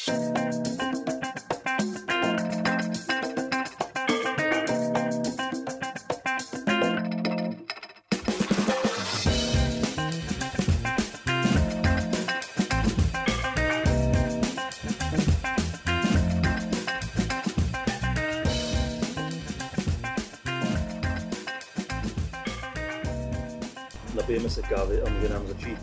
Napijeme se kávy a může nám začít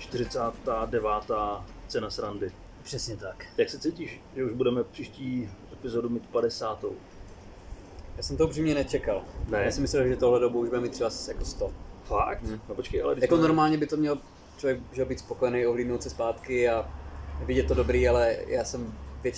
49. cena srandy. Přesně tak. Jak se cítíš, že už budeme příští epizodu mít 50. Já jsem to upřímně nečekal. Ne. Já si myslel, že tohle dobu už bude mít třeba jako 100. Fakt? No počkej, ale... Jako normálně by to měl člověk být spokojený, ohlídnout se zpátky a vidět to dobrý, ale já jsem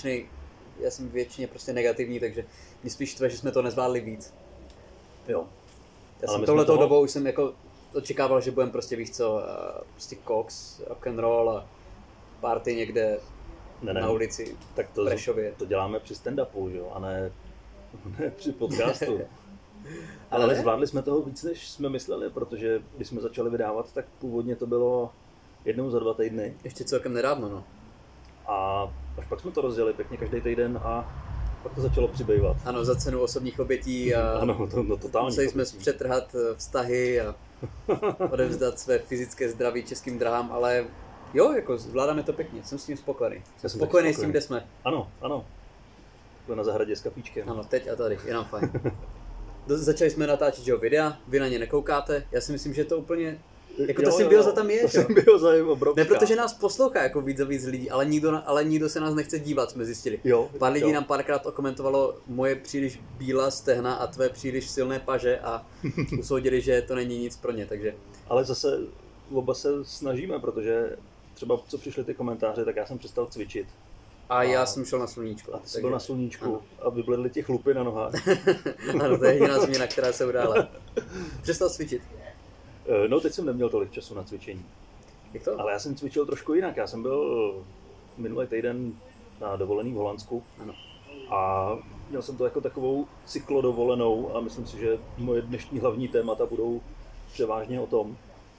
většině prostě negativní, takže mě spíš štve, že jsme to nezvládli víc. Jo. Já jsem touhletou dobou už jsem jako očekával, že budeme prostě, víš co, prostě koks, rock'n'roll a party někde na ulici, tak v Prešově. To děláme při stand-upu, jo, a ne při podcastu. Ale zvládli jsme toho víc, než jsme mysleli, protože když jsme začali vydávat, tak původně to bylo jednou za 2 týdny. Ještě celkem nedávno, no. A až pak jsme to rozjeli pěkně každý týden a pak to začalo přibývat. Ano, za cenu osobních obětí a ano, totálně. Museli jsme přetrhat vztahy a odevzdat své fyzické zdraví Českým dráhám, ale jo, jako zvládáme to pěkně, jsem s tím spokojený. Jsem spokojený s tím, kde jsme. Ano. Byl na zahradě s kafíčkem. Ano, teď a tady, je nám fajn. Začali jsme natáčet, že videa, vy na ně nekoukáte, já si myslím, že to úplně, jako ta symbioza tam je, že? Symbioza je obrovská. Ne, protože nás poslouchá jako víc a víc lidí, ale nikdo se nás nechce dívat, jsme zjistili. Pár lidí nám párkrát okomentovalo moje příliš bílá stehna a tvé příliš silné paže a usoudili, že to není nic pro ně, takže... Ale zase oba se snažíme, protože třeba co přišly ty komentáře, tak já jsem přestal cvičit. A já jsem šel na sluníčko. A ty jsi byl na sluníčku a vybledly ti chlupy na nohách. Ano, to je jediná změna, která se udála. Přestal cvičit. No, teď jsem neměl tolik času na cvičení. Jak to? Ale já jsem cvičil trošku jinak. Já jsem byl minulý týden na dovolený v Holandsku. Ano. A měl jsem to jako takovou cyklodovolenou a myslím si, že moje dnešní hlavní témata budou převážně o tom.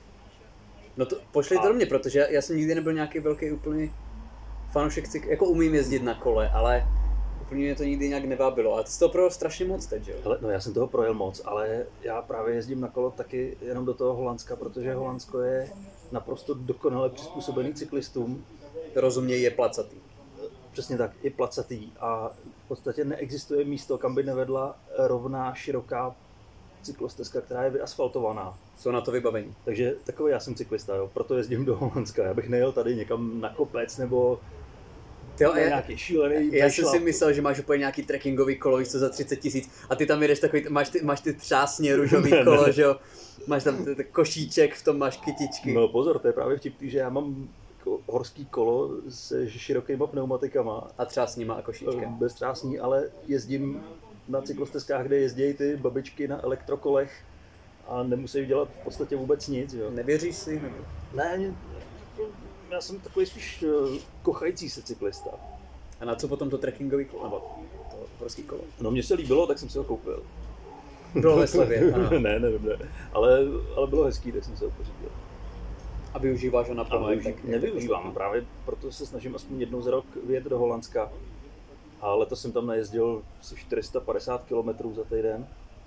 No to pošli to do mě, protože já jsem nikdy nebyl nějaký velký úplný fanoušek jako umím jezdit na kole, ale úplně mě to nikdy nějak nevábilo. A ty jsi to projel strašně moc teď, jo? Ale, no já jsem toho projel moc, ale já právě jezdím na kolo taky jenom do toho Holandska, protože Holandsko je naprosto dokonale přizpůsobený cyklistům. Rozumě, je placatý. Přesně tak, je placatý a v podstatě neexistuje místo, kam by nevedla rovná, široká cyklostezka, která je vyasfaltovaná. Jsou na to vybavení. Takže takový já jsem cyklista, jo, proto jezdím do Holandska. Já bych nejel tady někam na kopec nebo nějaký šílený. Já jsem si myslel, že máš úplně nějaký trekkingový kolo, víš co, za 30 000 a ty tam jedeš takový, máš ty třásně růžový kolo, že jo, máš tam košíček, v tom máš kytičky. No pozor, to je právě vtipný, že já mám horský kolo s širokýma pneumatikama. A třásníma a košíčkem. Bez třásní, ale jezdím na cyklostezkách, kde jezdí ty babičky na elektrokolech a nemusí dělat v podstatě vůbec nic, jo. Nevěříš si? Nebo? Ne, já jsem takový spíš kochající se cyklista. A na co potom to trekkingový kolo, nebo to horský kolo? No mně se líbilo, tak jsem si ho koupil. Bylo ve slevě, ano. ne, ale bylo hezký, tak jsem se ho pořídil. A využíváš ho naplno? Nevyužívám, právě proto se snažím aspoň jednou za rok vyjet do Holandska. A letos jsem tam najezdil asi 450 km za týden.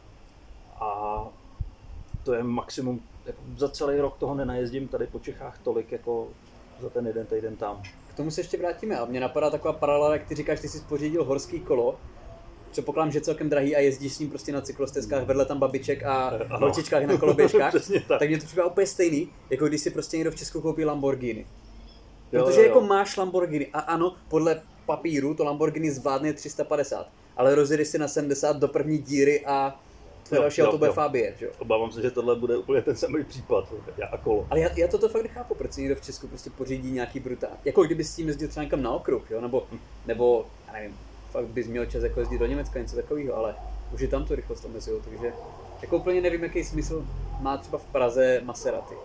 A to je maximum, jako za celý rok toho nenajezdím tady po Čechách tolik, jako za ten jeden týden tam. K tomu se ještě vrátíme a mě napadá taková paralela, jak ty říkáš, ty jsi pořídil horský kolo. Předpokládám, že celkem drahý a jezdíš s ním prostě na cyklostezkách, vedle tam babiček a holčičkách na koloběžkách. Tak mě to připadá úplně stejný, jako když si prostě někdo v Česku koupí Lamborghini. Protože jako máš Lamborghini a ano, podle papíru to Lamborghini zvládne 350, ale rozjedeš si na 70 do první díry a tvoje další auto bude Fabie, že jo? Obávám se, že tohle bude úplně ten samý případ, já a kolo. Ale já toto fakt nechápu, proč si někdo v Česku prostě pořídí nějaký brutál. Jako kdyby s tím jezdil třeba někam na okruh, jo? Nebo já nevím, fakt bys měl čas jako jezdit do Německa, něco takového, ale už je tam to rychlost omezují, takže jako úplně nevím, jaký smysl má třeba v Praze Maserati.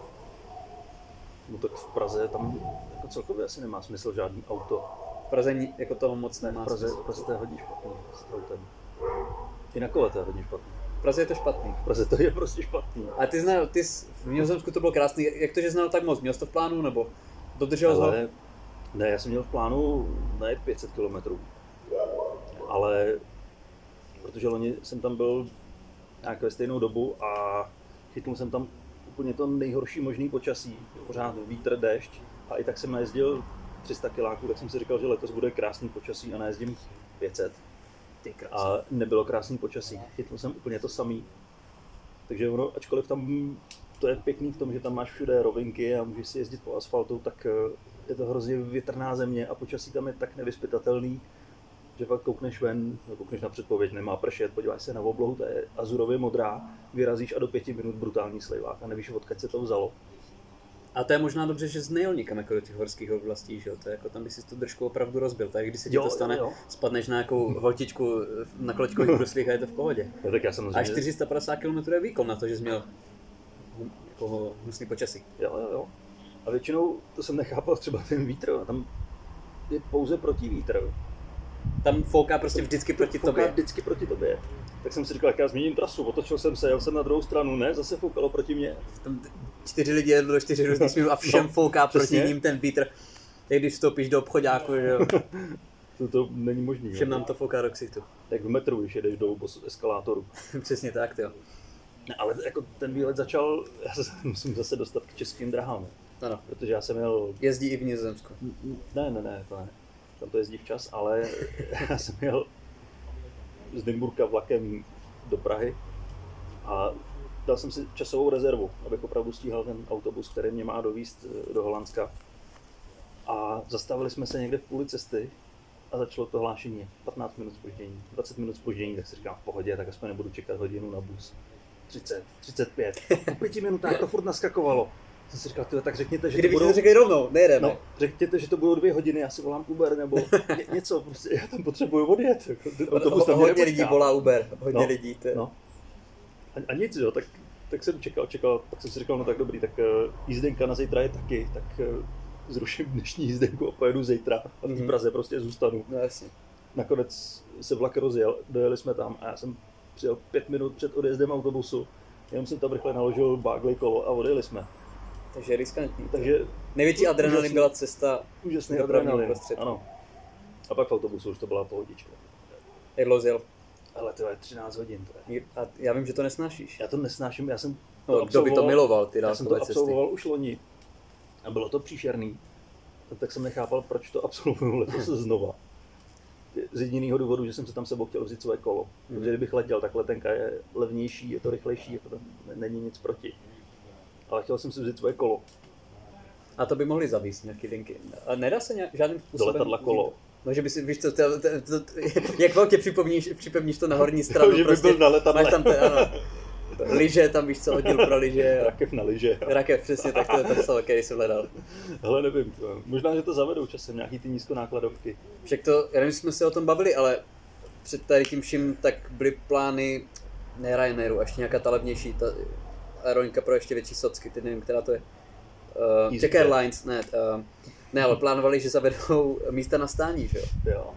No tak v Praze tam jako celkově asi nemá smysl žádný auto. V Praze jako toho moc nemá smysl. V Praze to je hodně špatný s autem. I na kole to je hodně špatný. V Praze je to špatný. V Praze to je prostě špatný. A ty v Nizozemsku to bylo krásný, jak to, že znal tak moc? Měl jsi to v plánu, nebo dodržel ho? Ne, já jsem měl v plánu najet 500 km, ale protože loni jsem tam byl nějak ve stejnou dobu a chytnul jsem tam úplně to nejhorší možný počasí, pořád vítr, déšť a i tak jsem najezdil 300 kiláků, tak jsem si říkal, že letos bude krásný počasí a najezdím 500. A nebylo krásný počasí, chytnul jsem úplně to samý. Takže ono, ačkoliv tam to je pěkný v tom, že tam máš všude rovinky a můžeš si jezdit po asfaltu, tak je to hrozně větrná země a počasí tam je tak nevyzpytatelný, že fakt koukneš ven, koukneš na předpověď, nemá pršet, podíváš se na oblohu, ta je azurově modrá, vyrazíš a do 5 minut brutální slejvák a nevíš, odkud se to vzalo. A to je možná dobře, že jsi nejel nikam jako do těch horských oblastí, že jo? To je jako tam by si tu držku opravdu rozbil, tak když se ti to stane, spadneš na nějakou holčičku na kločkových bruslích a je to v pohodě. No, tak já samozřejmě... A 450 km je výkon na to, že jsi měl jako hnusný počasí. Jo. A většinou to jsem nechápal třeba ten vítr, tam je pouze protivítr. Tam fouká prostě vždycky proti tobě. Fouká vždycky proti tobě. Tak jsem si říkal, jak já změním trasu, otočil jsem se, jel jsem na druhou stranu, ne, zase foukalo proti mně. Tam 4 lidi jedou do 4 různých směrů a všem fouká proti ním ten vítr. Jak když vstoupíš do obchodáku, že jo. To není možný. Všem nám to fouká do ksichtu. Jak v metru, když jedeš dolů po eskalátoru. Přesně tak, jo. Ale jako ten výlet začal, já se musím zase dostat k českým drahám. Ano. Protože já jsem měl... Jezdí i v Nizozemsku. Ne, to ne. Tam to jezdí včas, ale já jsem měl z Nymburka vlakem do Prahy a dal jsem si časovou rezervu, abych opravdu stíhal ten autobus, který mě má dovízt do Holandska. A zastavili jsme se někde v půli cesty a začalo to hlášení 15 minut zpoždění, 20 minut zpoždění, tak si říkám v pohodě, tak aspoň nebudu čekat hodinu na bus. 30, 35, po 5 minutách to furt naskakovalo. Jsem si říkal, tak řekněte, že kdyby to budou... to řekli rovnou, nejedeme. No, řekněte, že to budou 2 hodiny, já si volám Uber nebo něco, prostě já tam potřebuju odjet. Hodně lidí volá Uber, hodně lidí. No. A nic, jo, tak jsem čekal, pak jsem si říkal, no tak dobrý, tak jízdenka na zítra je taky, tak zruším dnešní jízdenku a pojedu zítra a v té Praze prostě zůstanu. No jasně. Nakonec se vlak rozjel, dojeli jsme tam a já jsem přijel 5 minut před odjezdem autobusu, jenom jsem tam rychle naložil bágli kolo a odjeli jsme. Takže riskantní. Takže největší adrenalin byla cesta. Úžasný adrenalin, ano. A pak v autobusu už to byla pohodička. Jak dlouho jel? Ale to je 13 hodin. To je. A já vím, že to nesnášíš. Já to nesnáším, já jsem to kdo by to miloval, ty já jsem to absolvoval už loni. A bylo to příšerný. Tak jsem nechápal, proč to absolvuju letos znova. Z jediného důvodu, že jsem se tam sebou chtěl vzít své kolo. Protože kdybych letěl, tak letenka je levnější, je to rychlejší, jako tam není nic proti. Ale chtěl jsem si vzít své kolo. A to by mohli zavíst nějaký linky. A nedá se žádným způsobem... Do letadla kolo. No, že by si, víš co, jak velké připevníš to na horní stranu. Že prostě, by byl na letadle. Máš tam lyže, tam víš co, oddíl pro lyže. Rakev na lyže. Rakev, přesně, tak to je to slovo, který jsem hledal. Hele, nevím, možná, že to zavedou časem, nějaký ty nízkonákladovky. Však to, já nevím, jestli jsme se o tom bavili, ale před tady tím vším tak byly plány, ne Ryanairu, ještě nějaká ta levnější, ta aerolinka pro ještě větší socky, teď nevím, která to je. Czech Airlines, ne, ale plánovali, že zavedou místa na stání, že jo? Jo.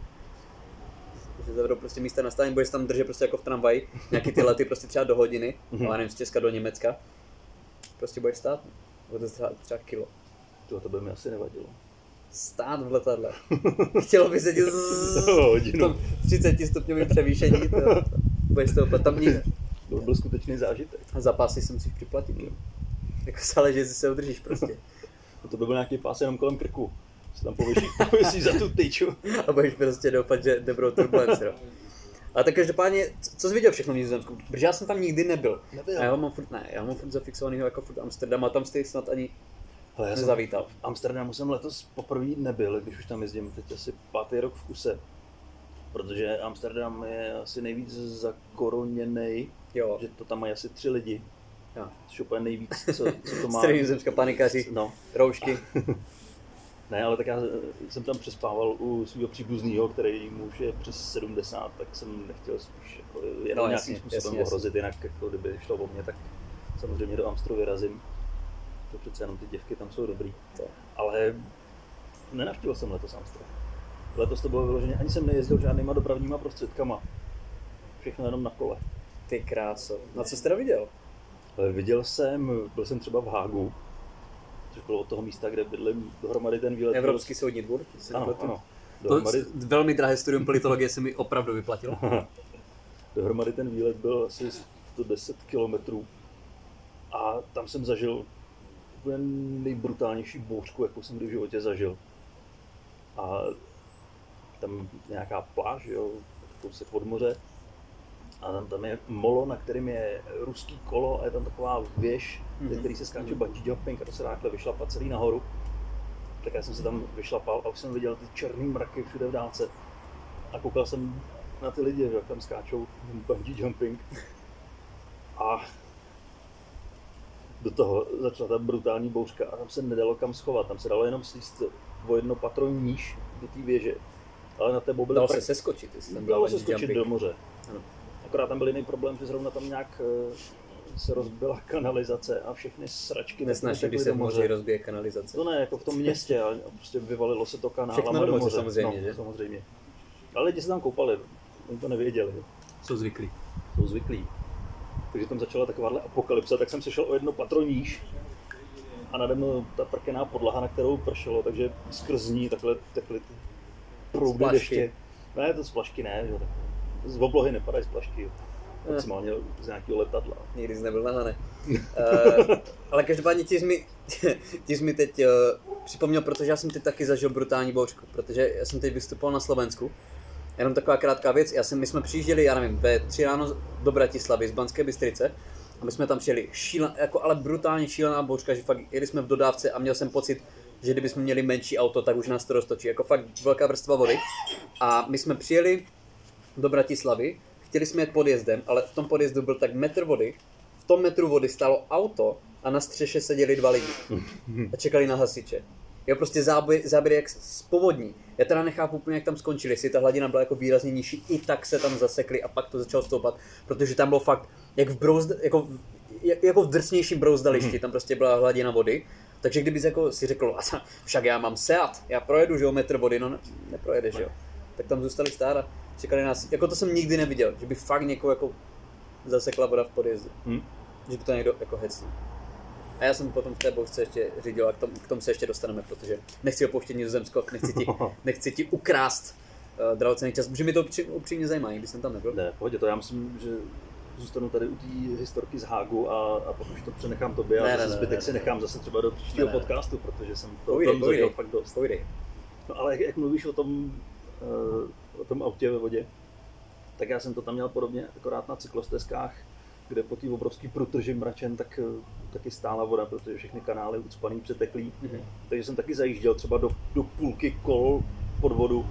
Že zavedou prostě místa na stání, budeš tam držet prostě jako v tramvaji, nějaký ty lety prostě třeba do hodiny, ale nevím, z Česka do Německa. Prostě budeš stát, bude to třeba kilo. To by mi asi nevadilo. Stát v letadle. Chtělo by sedět v tom 30 stupňovém převýšení, budeš to tam mít. To byl skutečný zážitek. A za pásy si musíš připlatit, jo. Jako sále, že si se udržíš prostě. To by byl nějaký pás jenom kolem krku. Se tam pověsí za tu tyču. A budeš prostě doufat, že nebudou turbulence, jo. Ale tak každopádně, co jsi viděl všechno v Nizozemsku? Protože já jsem tam nikdy nebyl. A já mám furt zafixovanýho jako furt Amsterdam a tam jsi snad ani nezavítal. V Amsterdamu jsem letos poprvé nebyl, když už tam jezdím teď asi 5. rok v kuse. Protože Amsterdam je asi nejvíc zakoroněnej, že to tam mají asi 3 lidi. Jo. Což úplně nejvíc, co to má. Středozemská panikaři, roušky. Ne, ale tak já jsem tam přespával u svého příbuzného, který mu už je přes 70, tak jsem nechtěl spíš jako jenom nějakým způsobem ohrozit, jinak jako kdyby šlo o mě, tak samozřejmě do Amstru vyrazím. To přece jenom ty děvky tam jsou dobrý. Ale nenavštívil jsem letos Amstru. Letos to bylo vyloženě, ani jsem nejezdil žádnýma dopravníma prostředkama. Všechno jenom na kole. Ty kráso. Na co jsi teda viděl? Byl jsem třeba v Hágu což bylo od toho místa, kde bydlím dohromady ten výlet. Evropský soudní dvůr? Ano. Dohromady... To velmi drahé studium politologie se mi opravdu vyplatilo. Dohromady ten výlet byl asi 110 kilometrů a tam jsem zažil úplně nejbrutálnější bouřku, jakou jsem kdy v životě zažil. A tam nějaká pláž, jo, kousek od moře. A tam je molo, na kterém je ruský kolo a je tam taková věž, ze který se skáče bungee jumping a to se dá takhle vyšlapat celý nahoru. Tak já jsem se tam vyšlapal a už jsem viděl ty černý mraky všude v dálce. A koukal jsem na ty lidi, jak tam skáčou bungee jumping. A do toho začala ta brutální bouřka a tam se nedalo kam schovat. Tam se dalo jenom slíst o jedno patro níž do té věže. Ale na té bobyle... Dalo se seskočit, dalo se skočit do moře. Ano. Akorát tam byl jiný problém, že zrovna tam nějak se rozbila kanalizace a všechny sračky nesnáší, když se v moři rozbije kanalizace. To ne, jako v tom městě, ale prostě vyvalilo se to kanálama do moře. Samozřejmě, no, že? Samozřejmě. Ale lidi se tam koupali, oni to nevěděli. Jsou zvyklí. Takže tam začala takováhle apokalypsa, tak jsem se šel o jedno patro níž a nade mnou ta prkená podlaha, na kterou pršelo, takže skrz ní takhle tekly ty proudy deště. Ne, to splašky ne, jo, z oblohy nepadají splašky, maximálně z nějakého letadla. Nikdy jsi nebyl na Hané. Ale každopádně ty jsi mi teď připomněl, protože já jsem teď taky zažil brutální bouřku, protože já jsem teď vystupoval na Slovensku. Jenom taková krátká věc, my jsme přijížděli, já nevím, ve 3 ráno do Bratislavy z Banské Bystrice a my jsme tam přijeli ale brutálně šílená bouřka, že fakt jeli jsme v dodávce a měl jsem pocit, že kdybychom měli menší auto, tak už nás to roztočí, jako fakt velká vrstva vody. A my jsme přijeli do Bratislavy, chtěli jsme jet podjezdem, ale v tom podjezdu byl tak metr vody, v tom metru vody stálo auto a na střeše seděli 2 lidi a čekali na hasiče. Jo, prostě záběry jak z povodní. Já teda nechápu úplně, jak tam skončili, jestli ta hladina byla jako výrazně nižší, i tak se tam zasekli a pak to začalo stoupat, protože tam bylo fakt, jak jako v drsnějším brouzdališti, tam prostě byla hladina vody. Takže kdybys jako si řekl, však já mám Seat, já projedu, že jo, metr vody, no neprojedeš, jo. Tak tam zůstali stát a čekali nás, jako to jsem nikdy neviděl, že by fakt někoho jako zasekla voda v podjezdu. Že by to někdo jako hecl. A já jsem potom v té bouřce ještě řídil a k tomu se ještě dostaneme, protože nechci opouštět Nizozemsko, nechci ti ukrást drahocenný čas, protože mi to upřímně zajímá, když jsem tam nebyl. Ne, pohodě, to já myslím, že zůstanu tady u té historky z Hágu a pak už to přenechám tobě a zbytek si nechám zase třeba do příštího podcastu, protože jsem to tam zažil fakt dost. No ale jak mluvíš o tom autě ve vodě, tak já jsem to tam měl podobně, akorát na cyklostezkách, kde po té obrovský průtrži mračen, tak taky stála voda, protože všechny kanály ucpaný, přeteklý. Takže jsem taky zajížděl třeba do půlky kol pod vodu.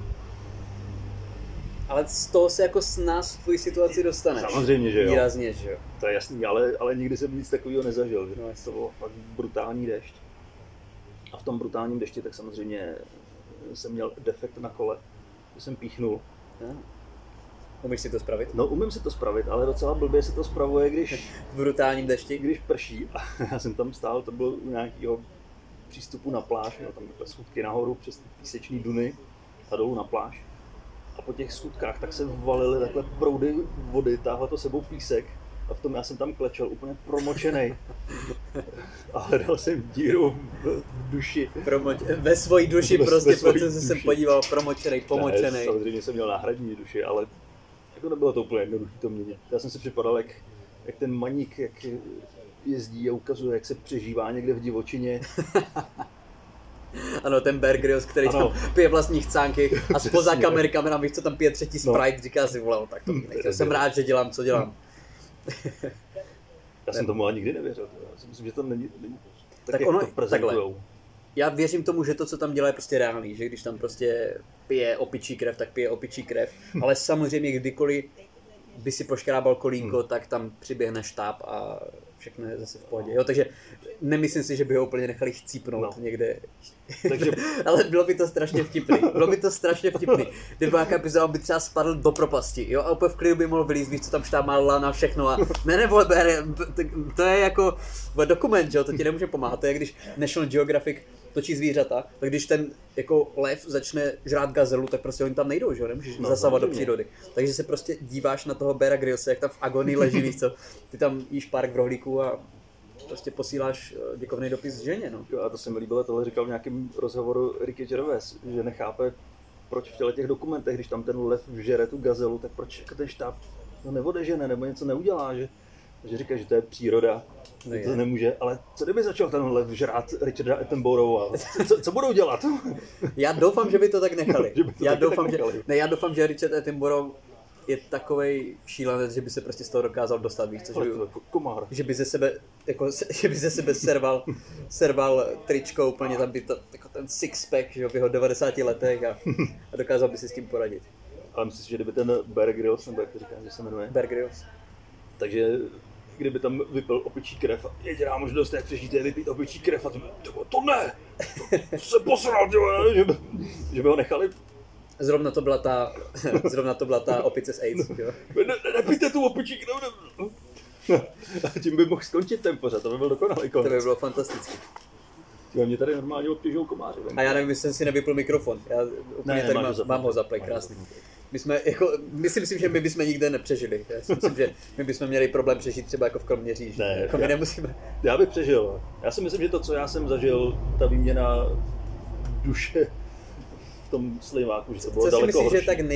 Ale z toho se jako s nás v tvojí situaci dostaneš. Samozřejmě, že jo. Výrazně, že jo. To je jasný, ale nikdy jsem nic takového nezažil. Že? No, to bylo fakt brutální déšť. A v tom brutálním dešti tak samozřejmě jsem měl defekt na kole, že jsem píchnul. Umíš si to spravit? No, umím si to spravit, ale docela blbě se to spravuje, když... v brutálním dešti? Když prší. A já jsem tam stál, to bylo u nějakého přístupu na pláž, měl tam takové schůdky nahoru přes písečný duny a dolů na pláž. A po těch schůdkách tak se valily takhle proudy vody, táhlo to sebou písek a v tom já jsem tam klečel úplně promočenej. A hledal jsem díru v duši. Ve svojí duši prostě, protože jsem podíval promočenej, pomočenej. Ne, samozřejmě jsem měl náhradní duši, ale jako nebylo to úplně jednoduché to měnit. Já jsem si připadal jak ten maník, jak jezdí a ukazuje, jak se přežívá někde v divočině. Ano, ten Bear Grylls, který tam pije vlastní chcánky a spoza kamera, víš, co tam pije třetí Sprite, říká si, vole, tak to nechtěl. Jsem rád, že dělám, co dělám. Já jsem tomu ani nikdy nevěřil. Já si myslím, že to není tak, jak to prezentujou. Já věřím tomu, že to, co tam dělá, je prostě reálný, že když tam prostě pije opičí krev, tak pije opičí krev, ale samozřejmě kdykoliv by si poškrábal kolínko, tak tam přiběhne štáb a všechno je zase v pohodě. Jo, takže nemyslím si, že by ho úplně nechali chcípnout někde. Takže... ale bylo by to strašně vtipný. Kdyby nějaká epizoda by třeba spadl do propasti, jo, a úplně v klidu by mohl vylízt, víš, co tam štáb má lana, všechno a to je jako dokument, jo, to ti nemůže pomáhat. To je, když National Geographic točí zvířata, tak když ten jako lev začne žrát gazelu, tak prostě oni tam nejdou, že jo, nemůžeš zasahovat do přírody. Takže se prostě díváš na toho Beara Gryllse, jak tam v agonii leží, víš co, ty tam jíš párek v rohlíku a prostě posíláš děkovný dopis ženě, no. Jo, a to se mi líbilo, tohle říkal v nějakém rozhovoru Ricky Gervais, že nechápe, proč v těch dokumentech, když tam ten lev žere tu gazelu, tak proč jako ten štáb to neodežene nebo něco neudělá, že říká, že to je příroda, že to nemůže, ale co kdyby začal ten lev žrát Richarda Attenborougha, co budou dělat? Já doufám, že by to tak nechali. Já doufám, že Richard Attenborough je takovej šílenec, že by se prostě z toho dokázal dostat, víš co, že by ze sebe serval tričko úplně, tam by to, jako ten six-pack, že v jeho 90 letech a dokázal by si s tím poradit. Ale myslíš, že kdyby ten Bear Grylls, nebo jak to říkáš, že se jmenuje? Bear Grylls. Takže kdyby tam vypil opičí krev a jediná možnost, jak přežít, je vypít opičí krev a to ne, to se posral, že by ho nechali. Zrovna to byla ta opice s AIDS, jo? Nepijte tu opičí krev. A tím by mohl skončit ten pořad, to by byl dokonalý konec. To by bylo fantasticky. Mě tady normálně obtěžují komáři. A já nevím, jestli jsem si nevypl mikrofon. Já úplně tady mám ho zaplej, krásný. Myslím si, že my bychom nikde nepřežili. Já si myslím, že my bychom měli problém přežít třeba jako v Kroměříži. Ne, jako my nemusíme. Já bych přežil. Já si myslím, že to, co já jsem zažil, ta výměna duše v tom slimáku, že to bylo daleko horší. Co si myslíš, že tak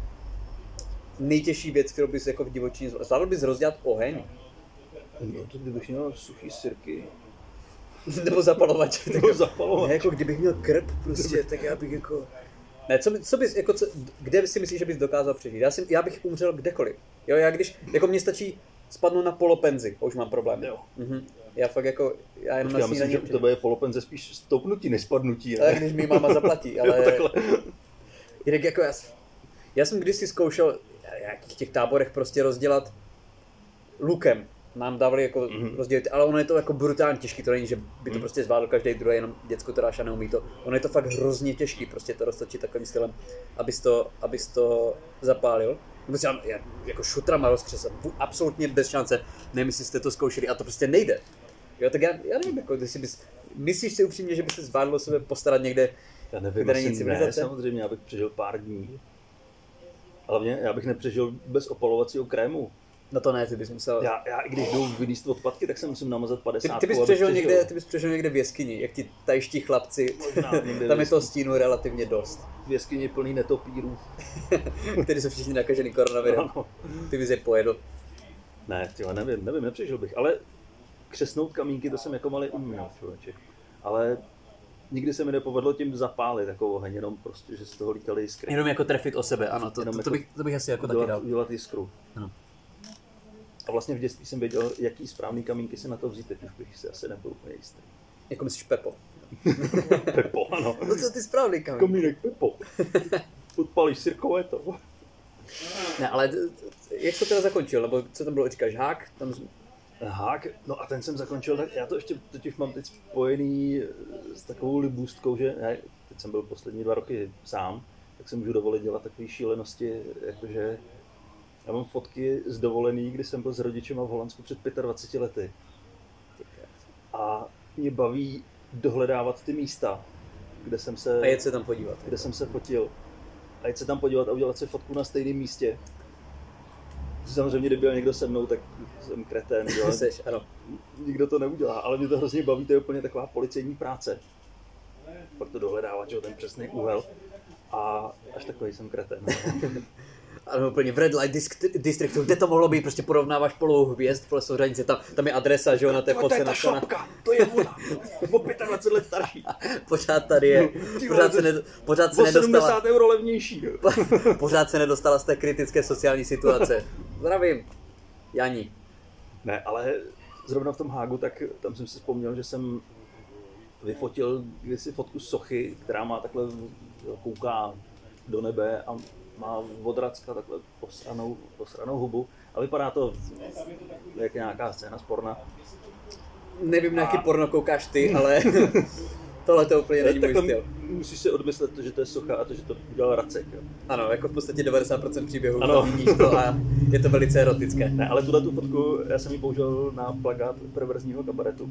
nejtěžší věc, kterou bys jako v divočině zvládl bys rozdělat oheň? No, to kdybych měl suchý sirky. Nebo zapalovač. Ne, jako kdybych měl krb prostě, tak já bych jako... Ne, co bys, jako kde si myslíš, že bys dokázal přežít? Já bych umřel kdekoliv. Jo, jako mně stačí spadnout na polopenzi, už mám problém. Jo. Já fakt jako, já jenom já myslím, že u tebe je polopenze spíš stoupnutí, než spadnutí. Ale když mi máma zaplatí, ale... Jo, takhle. Jinak jako já jsem kdysi zkoušel v nějakých těch táborech prostě rozdělat lukem. Nám dávali jako rozdělit, ale ono je to jako brutálně těžký, to není, že by to prostě zvládl každý druhý, jenom děcko to dáš a neumí to. Ono je to fakt hrozně těžký, prostě to roztočit takovým stylem, abys to zapálil. Já jako šutrama rozkřesat, absolutně bez šance, nevím, jestli jste to zkoušeli a to prostě nejde. Jo, tak já nevím, jako, myslíš si upřímně, že by se zvládlo sebe postarat někde, já nevím, kde není civilizace? Ne, samozřejmě, já bych přežil pár dní. Hlavně já bych nepřežil bez opalovacího krému. No to ne, ty bys musel... Já i když jdu vylíst odpadky, tak se musím namazat 50. Ty bys přežil někde v jeskyni, jak ti tajští chlapci, tam je toho stínu relativně dost. V jeskyni plný netopírů. Který jsou všichni nakažený koronavirem. Ano. Ty bys je pojedl. Ne, nevím, nepřežil bych, ale křesnout kamínky, to jsem jako malý uměl, člověče. Ale nikdy se mi nepovedlo tím zapálit takovou oheň, jenom prostě, že z toho lítaly jiskry. Jenom jako trefit o sebe, ano, to bych asi jako taky dal. Udělat jiskru. Ano. A vlastně v dětství jsem věděl, jaký správný kamínky si na to vzít, teď už bych si asi nebyl úplně jistý. Jako myslíš Pepo? Pepo, ano. No co ty správný kamínky? Kamínek Pepo. Odpalíš sirkové to. Ne, ale jak jsi to teda zakončil, nebo co tam bylo, říkáš, hák? Hák, no a ten jsem zakončil, tak já to ještě totiž mám teď spojený s takovou libůstkou, že teď jsem byl poslední 2 roky sám, tak se můžu dovolit dělat takové šílenosti, jakože já mám fotky z dovolený, kdy jsem byl s rodičema v Holandsku před 25 lety. A mě baví dohledávat ty místa, kde jsem se... A jet se tam podívat. Kde jsem se fotil. A jet se tam podívat a udělat si fotku na stejném místě. Samozřejmě, kdyby byl někdo se mnou, tak jsem kretén. Jseš, ano. Nikdo to neudělá, ale mě to hrozně baví, to je úplně taková policejní práce. Pak to dohledávat, že ten přesný úhel. A až takový jsem kretén. Ano, úplně v Red Light Districtu, kde to mohlo být, prostě porovnáváš polohu hvězd, jsou hranice, tam je adresa, že jo, na té fotce. To je ta šlapka, to je ona, o 25 let starší. Pořád tady je, pořád se nedostala. 70 € levnější. Pořád se nedostala z té kritické sociální situace. Zdravím, Jani. Ne, ale zrovna v tom Hágu, tak tam jsem si vzpomněl, že jsem vyfotil kdysi fotku sochy, která má takhle, kouká do nebe a má odracka takhle posranou hubu a vypadá to jak nějaká scéna z porna. Nevím, na jaký porno koukáš ty, ale tohle to úplně není můj styl. Musíš si odmyslet to, že to je socha a to, že to udělal Racek. Jo. Ano, jako v podstatě 90% příběhů tam vidíš to a je to velice erotické. Ne, ale tu fotku, já jsem ji použil na plakát perverzního kabaretu.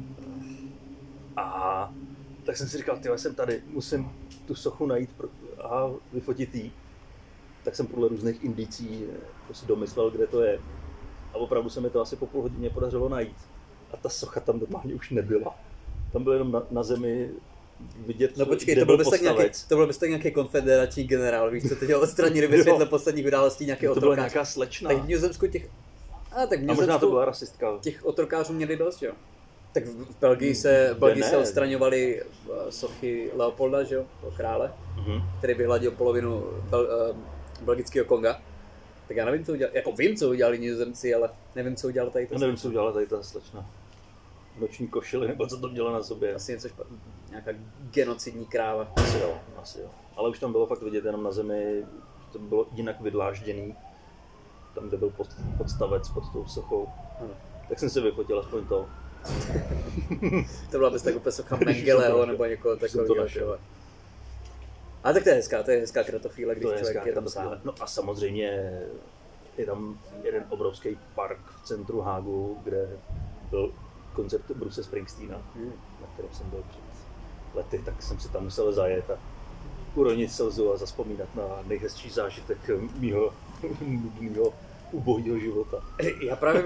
A tak jsem si říkal, já jsem tady, musím tu sochu najít a vyfotit jí. Tak jsem podle různých indicí si domyslel, kde to je. A opravdu se mi to asi po půl hodině podařilo najít. a ta socha tam normálně už nebyla. Tam byl jenom na zemi vidět, no počkej, kde byl postavec. To byl bys tak nějaký konfederační generál, víš co, teď odstranili ve světle posledních událostí nějaké otrokářů. To byla nějaká slečna. Tak v Nizozemsku těch... A možná to byla rasistka. Těch otrokářů měli dost, jo. Tak v Belgii se odstraňovavaly sochy Leopolda, že jo, toho krále, který vyhladil polovinu belgického Konga. Tak já nevím, co udělali, jako vím, co udělali Nizozemci, ale nevím, co udělala tady ta slečna. Nevím, co udělala tady ta slečna. Noční košily, nebo co to měla na sobě. Asi něco nějaká genocidní kráva. Asi jo. Ale už tam bylo fakt vidět jenom na zemi, že to bylo jinak vydlážděný. Tam, kde byl podstavec pod tou sochou. Tak jsem si vyfotil aspoň to. To byla bez tak úplně socha Mengeleho nebo někoho takového. Ale tak to je hezká kratochvíle, když člověk je tam sám. No a samozřejmě je tam jeden obrovský park v centru Hágu, kde byl koncert Bruce Springsteena, na kterém jsem byl před lety, tak jsem si tam musel zajet a uronit slzu a zazpomínat na nejhezčí zážitek mýho nudného, ubohýho života. Já právě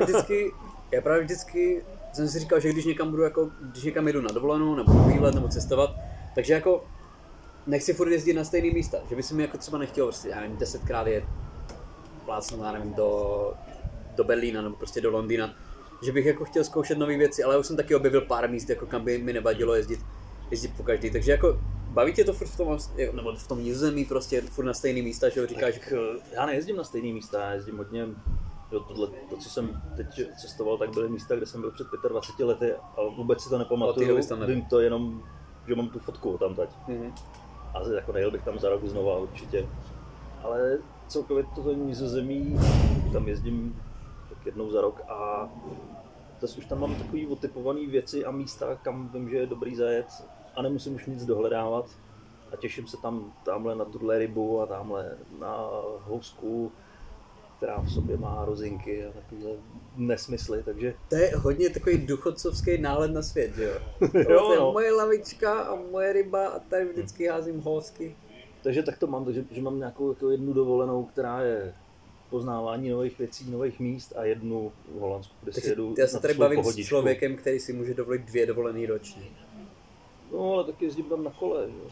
vždycky jsem si říkal, že když někam jedu na dovolenou, nebo na výlet, nebo cestovat, takže jako nechci furt jezdit na stejné místa, že by se mi jako třeba nechtělo prostě, já nevím, 10krát jet plácnout, já nevím, do Berlína nebo prostě do Londýna, že bych jako chtěl zkoušet nové věci, ale už jsem taky objevil pár míst, jako kam by mi nevadilo jezdit po každý, takže jako baví tě to furt v tom Nizozemí prostě furt na stejné místa, že jo, říkáš? Tak, já nejezdím na stejné místa, já jezdím hodně, jo, to, co jsem teď cestoval, tak byly místa, kde jsem byl před 25 lety a vůbec si to nepamatuju, vím to jenom, že mám tu fotku tamtať. A jako nejel bych tam za rok znova určitě, ale celkově toto Nizozemí, tam jezdím tak jednou za rok a zase už tam mám takový otypovaný věci a místa, kam vím, že je dobrý zajet a nemusím už nic dohledávat a těším se tamhle na tuhle rybu a tamhle na housku, která v sobě má rozinky a takovýhle nesmysly, takže... To je hodně takový důchodcovský náhled na svět, že jo? Jo, no. Moje lavička a moje ryba a tady vždycky házím housky. Takže tak to mám, že mám nějakou jako jednu dovolenou, která je poznávání nových věcí, nových míst a jednu v Holandsku, kde si jedu. Já se tady bavím s člověkem, který si může dovolit 2 dovolený ročně. No, ale taky jezdím tam na kole, že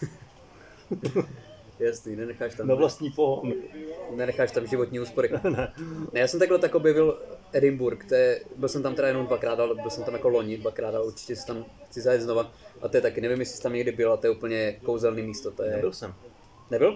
jo. Jasný, nenecháš tam... Na vlastní pohon. Nenecháš tam životní úspory. Ne, já jsem takhle tak objevil Edinburgh, byl jsem tam teda jenom 2krát, ale byl jsem tam jako loni 2krát, ale určitě si tam chci zajet znova. A to je taky, nevím, jestli jsi tam někdy byl, a to je úplně kouzelný místo. Nebyl jsem. Nebyl?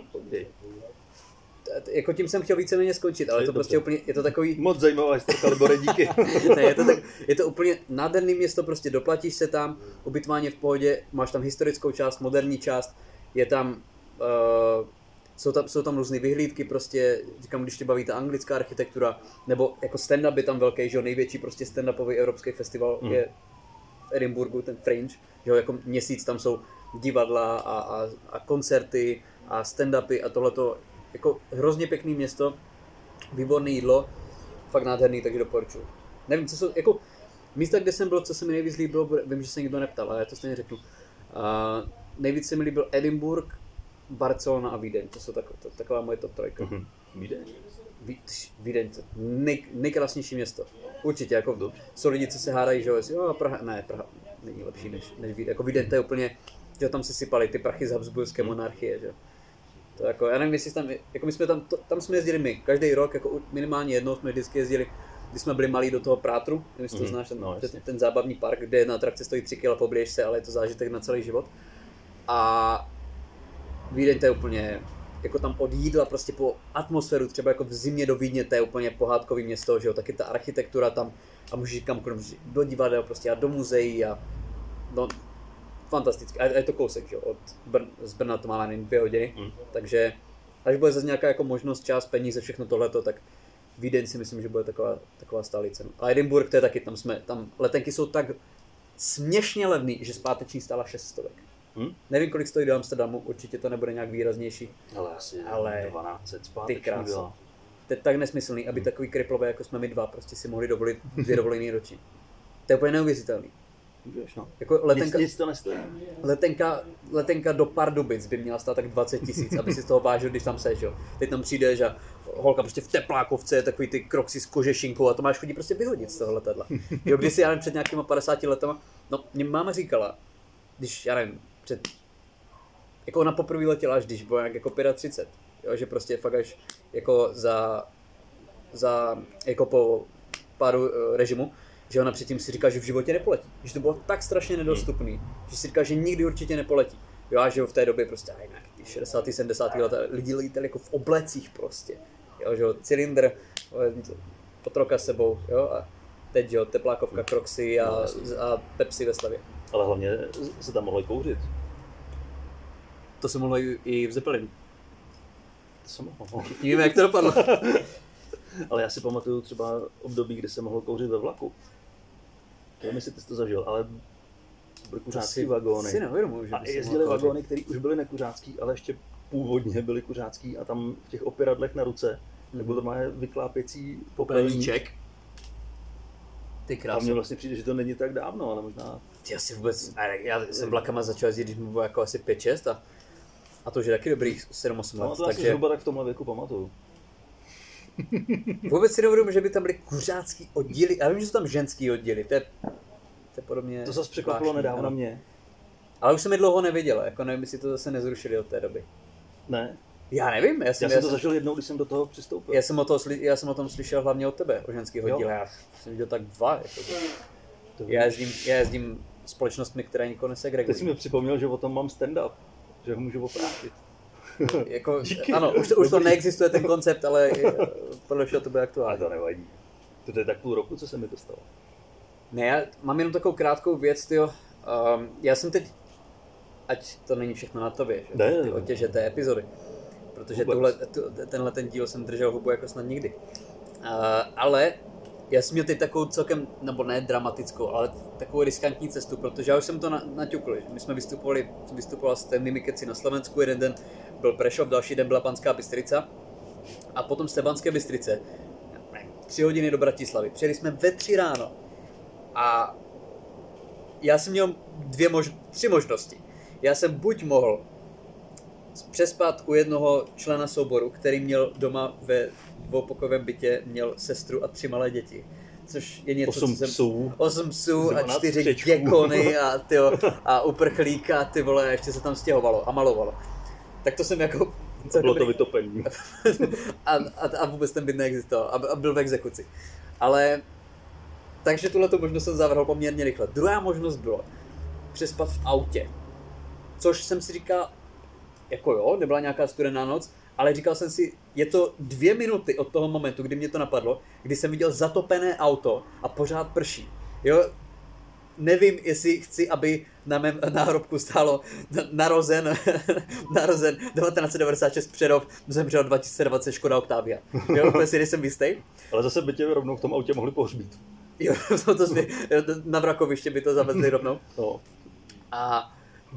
Jako tím jsem chtěl víceméně skončit, ale to prostě úplně, je to takový... Moc zajímavá historka, Libore, díky. Ne, je to úplně nádherný město, prostě doplatíš se tam, ubytování v pohodě, máš tam historickou část, moderní část, je tam, jsou tam různé vyhlídky, prostě, říkám, když tě baví ta anglická architektura, nebo jako stand-up je tam velký, že jo, největší prostě stand-upový evropský festival je v Edinburghu, ten Fringe, že jo, jako měsíc tam jsou divadla a koncerty a stand-upy a tohleto, jako hrozně pěkný město, výborné jídlo, fakt nádherný, takže doporučuji. Nevím, co jsou, jako místa, kde jsem byl, co se mi nejvíc líbilo, vím, že se nikdo neptal, ale já to stejně řeknu. Nejvíc se mi líbil Edinburgh, Barcelona a Vídeň, to jsou taková moje top 3. Vídeň, nejkrásnější město. Určitě, jako jsou lidi, co se hádají, že jo, Praha není lepší než Vídeň, jako Vídeň to je úplně, že tam se sypaly ty prachy z habsburské monarchie, že jo. To jako, já nevím, jestli tam, jako my jsme tam jsme jezdili my, každý rok, jako minimálně jednou jsme vždycky jezdili, když jsme byli malí do toho Prátru, nevím, jestli to znáš, ten zábavní park, kde jedna atrakce stojí 3 kg, pobliješ se, ale je to zážitek na celý život. A Vídeň to je úplně, jako tam od jídla prostě po atmosféru, třeba jako v zimě do Vídně, to je úplně pohádkový město, že jo, taky ta architektura tam a můžeš jít kamkoliv, do divadel prostě a do muzeí a no, fantasticky. A je to kousek, že jo, z Brna to máme jen 2 hodiny, takže až bude zase nějaká jako možnost, čas, peníze, všechno tohleto, tak Vídeň si myslím, že bude taková stálice. A Edinburgh, to je taky, tam letenky jsou tak směšně levný, že zpáteční stála 600. Nevím, kolik stojí do Amsterdamu, určitě to nebude nějak výraznější. Ale asi 1200 zpáteční byla. To je tak nesmyslný, aby takový kriplové, jako jsme my dva, prostě si mohli dovolit 2 dovolený ročně. To je úplně neuvěřitelný. Můžeš, no. Jako Nic to nestojí. Letenka do Pardubic by měla stát tak 20 000, aby si z toho vážil, když tam seš, jo. Teď tam přijdeš a holka prostě v teplákovce, takový ty kroxy s kožešinkou a to máš chodit prostě vyhodit z toho letadla. Jo, když si, já nevím, před nějakýma 50 letama, no, mě máma říkala, když, já nevím, jako ona poprvé letěla až když bylo nějak jako 35, jo, že prostě fakt až jako jako po páru režimu, že ona předtím si říká, že v životě nepoletí. Že to bylo tak strašně nedostupný, že si říká, že nikdy určitě nepoletí. Jo, a že v té době prostě aj nějaký 60. 70. let lidi letali jako v oblecích prostě. Jo, že jo, cylindr, potroka sebou, jo, a teď, jo, teplákovka, kroxy a Pepsi ve Slavě. Ale hlavně se tam mohlo kouřit. To se mohlo i v Zeppelinu. To se mohlo. Víme, jak to dopadlo. Ale já si pamatuju třeba období, kdy se mohlo kouřit ve vlaku. Nevím, jestli jsi to zažil, ale byly kuřácký vagóny. Si neuvědomuji, že a jezdily vagóny, které už byly nekuřácký, ale ještě původně byly kuřácký a tam v těch opěradlech na ruce, tak byl to má vyklápěcí popelníček. Ty krásně. A mně vlastně přijde, že to není tak dávno, ale možná... Já si vůbec, já jsem vlakama začal jezdit, když mi bylo jako asi 5-6 a to už je taky dobrých 7-8 let. No to takže... já si zhruba tak v tomhle věku pamatuju. Vůbec si neuvědomuji, že by tam byly kuřácký oddíly, já vím, že jsou tam ženský oddíly, to je podobně... To zase překvapilo nedávno mě. Ale už jsem je dlouho neviděl, jako nevím, jestli to zase nezrušili od té doby. Ne. Já nevím. Já jsem to zažil jednou, když jsem do toho přistoupil. Já jsem o tom slyšel hlavně od tebe, o ženských oddílech. Já jsem viděl tak 2. Jako já jezdím společnostmi, které nikoho nesegregují. Teď jsi mi připomněl, že o tom mám stand-up, že ho můžu oprášit. Jako, ano, už to neexistuje ten koncept, ale podle všeho to bude aktuální. Ale to nevadí. To je tak půl roku, co se mi to stalo. Ne, já mám jenom takovou krátkou věc, tyjo. Já jsem teď, ať to není všechno na tobě, že? Ty otěže té epizody. Protože tenhle ten díl jsem držel hubu jako snad nikdy. Ale já jsem měl teď takovou celkem, nebo ne dramatickou, ale takovou riskantní cestu, protože já už jsem to naťukl. My jsme vystupoval s temnými keci na Slovensku, jeden den byl Prešov, další den byla Banská Bystrica a potom z té Banské Bystrice 3 hodiny do Bratislavy. Přijeli jsme ve 3 ráno a já jsem měl 3 možnosti. Já jsem buď mohl přespat u jednoho člena souboru, který měl doma ve dvoupokojovém bytě, měl sestru a 3 malé děti. Což je něco, 8 psů a 4 gekony a uprchlíka, ty vole, ještě se tam stěhovalo a malovalo. Tak to jsem jako... Bylo to vytopení. a vůbec ten byt neexistoval a byl v exekuci. Ale... Takže tuhleto možnost jsem zavrhl poměrně rychle. Druhá možnost bylo přespat v autě. Což jsem si říkal, jako jo, nebyla nějaká studená noc, ale říkal jsem si, je to 2 minuty od toho momentu, kdy mě to napadlo, kdy jsem viděl zatopené auto a pořád prší. Jo, nevím, jestli chci, aby na mém náhrobku stálo narozen 1996 Přerov, zemřel 2020 Škoda Octavia. Jo, úplně si nejsem jistý. Ale zase by tě rovnou v tom autě mohli pohřbít. Jo, na vrakoviště by to zavezli rovnou. No. A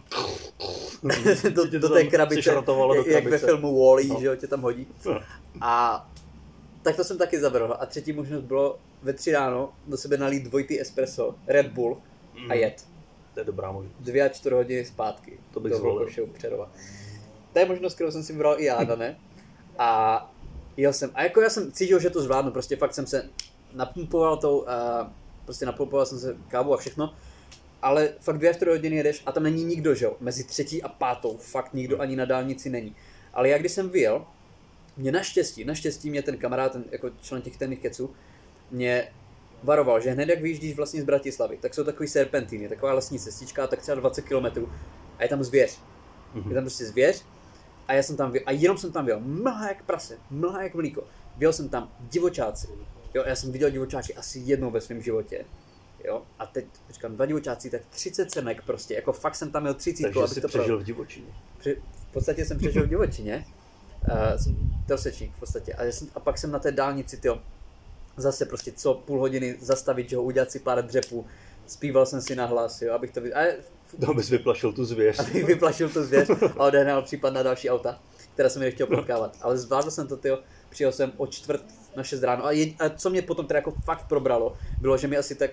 do té krabice, jak ve filmu Wall-E, že jo, tě tam hodí. A tak to jsem taky zavrhl. A třetí možnost bylo ve 3 ráno do sebe nalít 2 espresso, Red Bull a jet. To je dobrá možnost. 2 a 4 hodiny zpátky. To bych zvolil. To je možnost, kterou jsem si vybral i já, ne? A jel jsem. A jako já jsem cítil, že to zvládnu. Prostě fakt jsem se napumpoval napumpoval jsem se kávu a všechno. Ale fakt 2 až 4 hodiny jedeš a tam není nikdo, že jo? Mezi 3. a 5. fakt nikdo ani na dálnici není. Ale já když jsem vyjel, mě naštěstí mě ten kamarád, jako člen těch temných keců, mě varoval, že hned jak vyjíždíš vlastně z Bratislavy, tak jsou takový serpentíny, taková lesní cestička, tak třeba 20 km a je tam zvěř. Je tam prostě zvěř a já jsem tam vyjel, a jenom jsem tam vyjel, mlha jak prase, mlha jak mlíko. Vyjel jsem tam divočáci. Jo, já jsem viděl divočáči asi jednou ve svém životě. Jo, a teď říkám 2 divočáci, tak 30 semek prostě, jako fakt jsem tam měl 30. Takže jsi přežil v divočině. V podstatě jsem přežil v divočině. Trosečník v podstatě. A pak jsem na té dálnici, zase prostě co půl hodiny zastavit, že ho udělat si pár dřepů. Zpíval jsem si nahlas, jo, abych to viděl. Abys vyplašil tu zvěř. Abych vyplašil tu zvěř a odehnal případ na další auta, která jsem mi nechtěl potkávat. Ale zvládl jsem to, přijel jsem o 5:45 ráno. A co mě potom teda jako fakt probralo, bylo, že mi asi tak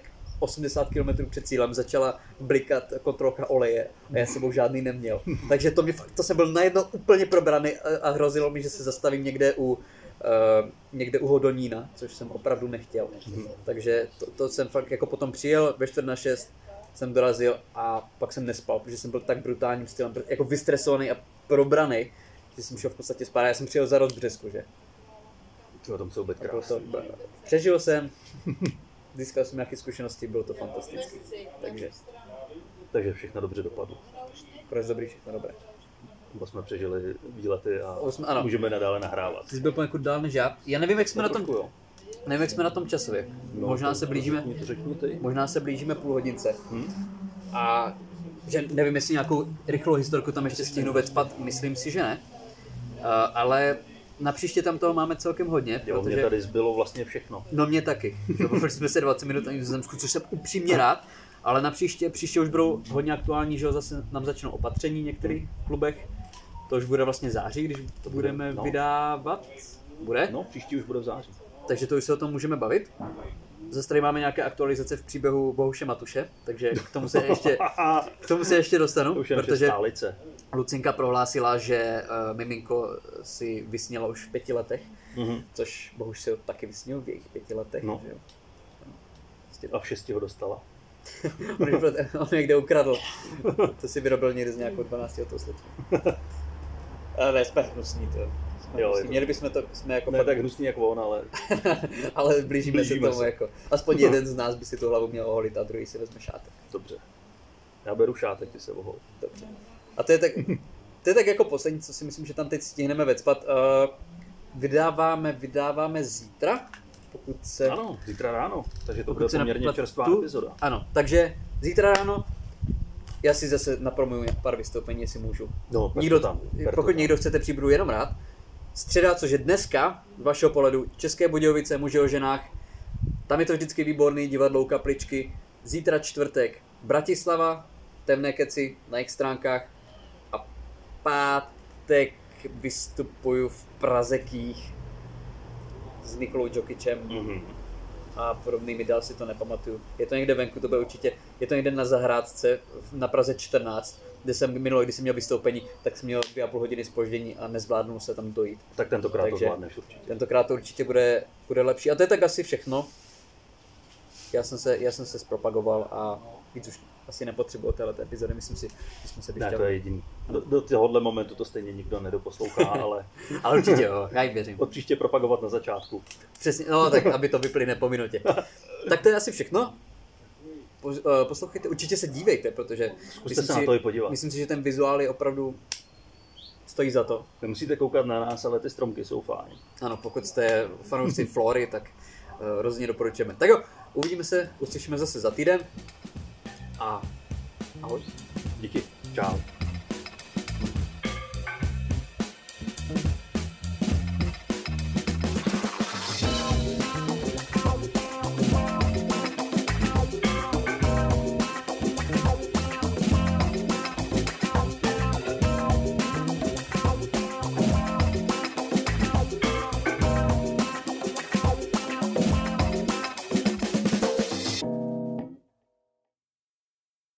80 km před cílem začala blikat kontrolka oleje a já sebou žádný neměl. Takže to jsem byl najednou úplně probraný a hrozilo mi, že se zastavím někde u Hodonína, což jsem opravdu nechtěl. Takže to jsem fakt jako potom přijel, ve 5:45 jsem dorazil a pak jsem nespal, protože jsem byl tak brutálním stylem, jako vystresovaný a probraný, že jsem šel v podstatě spát. Já jsem přijel za Rozbřesku, že? To tam jsou být krásný. Přežil jsem, získal jsem nějaké zkušenosti, bylo to fantastické. Takže všechno dobře dopadlo. Konec dobrý, všechno dobré. Bo jsme přežili výlety a ano. můžeme nadále nahrávat. Ty jsi byl poněkud dál než já. Já nevím, jak jsme na tom. Nevím, jak jsme na tom časově. No, Možná se blížíme půl hodince. A že nevím, jestli nějakou rychlou historku tam ještě stihnu vecpat, myslím si, že ne. Ale na příště tam toho máme celkem hodně. Jo, protože... mě tady zbylo vlastně všechno. No mě taky. Bavili jsme se 20 minut na Nizozemsku, což jsem upřímně rád. Ale na příště už budou hodně aktuální, že zase nám začnou opatření v některých klubech. To už bude vlastně září, když to budeme vydávat. Bude? No, příští už bude v září. Takže to už se o tom můžeme bavit. Zase tady máme nějaké aktualizace v příběhu Bohuše Matuše, takže k tomu se ještě dostanu, protože Lucinka prohlásila, že miminko si vysnělo už v 5 letech, což Bohuš si taky vysnil v jejich 5 letech. No. Že jo? A v 6 ho dostala. On někde ukradl. To si vyrobil někde z nějakou 12 letého slečnu. Ale jsme hnusní to. Měli bychom to, jsme jako... Ne tak hnusný jako on, ale... ale blížíme se tomu jako. Aspoň jeden z nás by si tu hlavu měl oholit a druhý si vezme šátek. Dobře. Já beru šátek, ty se ohol. Dobře. A to je tak jako poslední, co si myslím, že tam teď stihneme vecpat. Vydáváme zítra, pokud se... Ano, zítra ráno, takže to bude poměrně čerstvá epizoda. Ano, takže zítra ráno já si zase napromuju pár vystoupení, jestli můžu. No, pokud někdo chcete, přijdu jenom rád. Středa, což je dneska, z vašeho pohledu, České Budějovice, muži o ženách. Tam je to vždycky výborný, divadlo u Kapličky. Zítra čtvrtek Bratislava, Temné keci na jejich stránkách. A pátek vystupuju v Prazekých s Nikolou Jokičem a podobnými, dál si to nepamatuju. Je to někde venku, to bude určitě, je to někde na zahrádce na Praze 14, kde jsem když jsem měl vystoupení, tak jsem měl 2,5 hodiny zpoždění a nezvládnu se tam dojít. Tak tentokrát to zvládneš určitě. Tentokrát to určitě bude lepší. A to je tak asi všechno. Já jsem se zpropagoval a víc už asi nepotřebuji této epizody, myslím si, že jsme se vyšťali. Ne, to je jediný. Do tohohle momentu to stejně nikdo nedoposlouchá, ale... ale určitě jo, já jim věřím. Od příště propagovat na začátku. Přesně, no tak aby to vyplyne po minutě. Tak to je asi všechno. Poslouchejte, určitě se dívejte, protože... Zkuste se na to i podívat. Myslím si, že ten vizuál je opravdu... stojí za to. Nemusíte koukat na nás, ale ty stromky jsou fajn. Ano, pokud jste fanoušci Flory, tak rozhodně doporučujeme. Tak jo, uvidíme se, uslyšíme zase za týden. A ahoj. Díky, čau.